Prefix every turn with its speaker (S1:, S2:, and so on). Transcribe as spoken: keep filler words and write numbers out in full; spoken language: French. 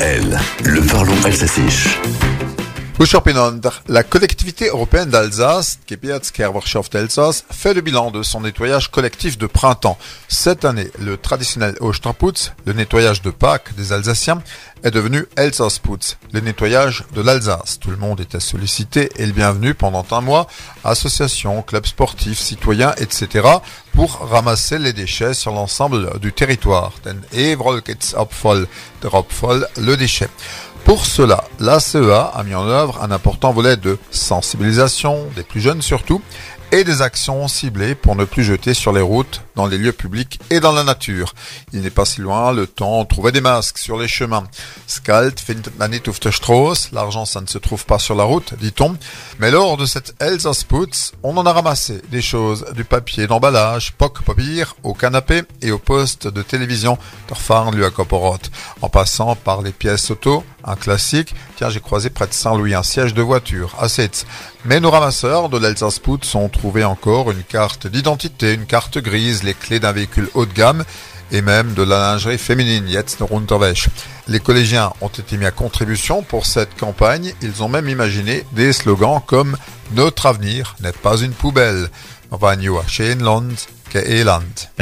S1: R L, le parlons alsacisch.
S2: La collectivité européenne d'Alsace, Gebietskehrwirtschaft d'Elsass, fait le bilan de son nettoyage collectif de printemps. Cette année, le traditionnel Osterputz, le nettoyage de Pâques des Alsaciens, est devenu Elsassputz, le nettoyage de l'Alsace. Tout le monde était sollicité et le bienvenu pendant un mois, associations, clubs sportifs, citoyens, et cetera, pour ramasser les déchets sur l'ensemble du territoire. Den Everolketsabfall, der Abfall, le déchet. Pour cela, l'A C E A a mis en œuvre un important volet de sensibilisation, des plus jeunes surtout, et des actions ciblées pour ne plus jeter sur les routes, dans les lieux publics et dans la nature. Il n'est pas si loin le temps de trouver des masques sur les chemins. Skalt findet man nicht auf der Straße, l'argent ça ne se trouve pas sur la route, dit-on. Mais lors de cette Elsassputz, on en a ramassé des choses, du papier d'emballage, Pockpapier, au canapé et au poste de télévision, der Farnluakoporot, en passant par les pièces auto, un classique, car j'ai croisé près de Saint-Louis un siège de voiture, à Setz. Mais nos ramasseurs de l'Elsassputz ont trouvé encore une carte d'identité, une carte grise, les clés d'un véhicule haut de gamme et même de la lingerie féminine, jetzt noch Unterwäsche. Les collégiens ont été mis à contribution pour cette campagne. Ils ont même imaginé des slogans comme « Notre avenir n'est pas une poubelle ».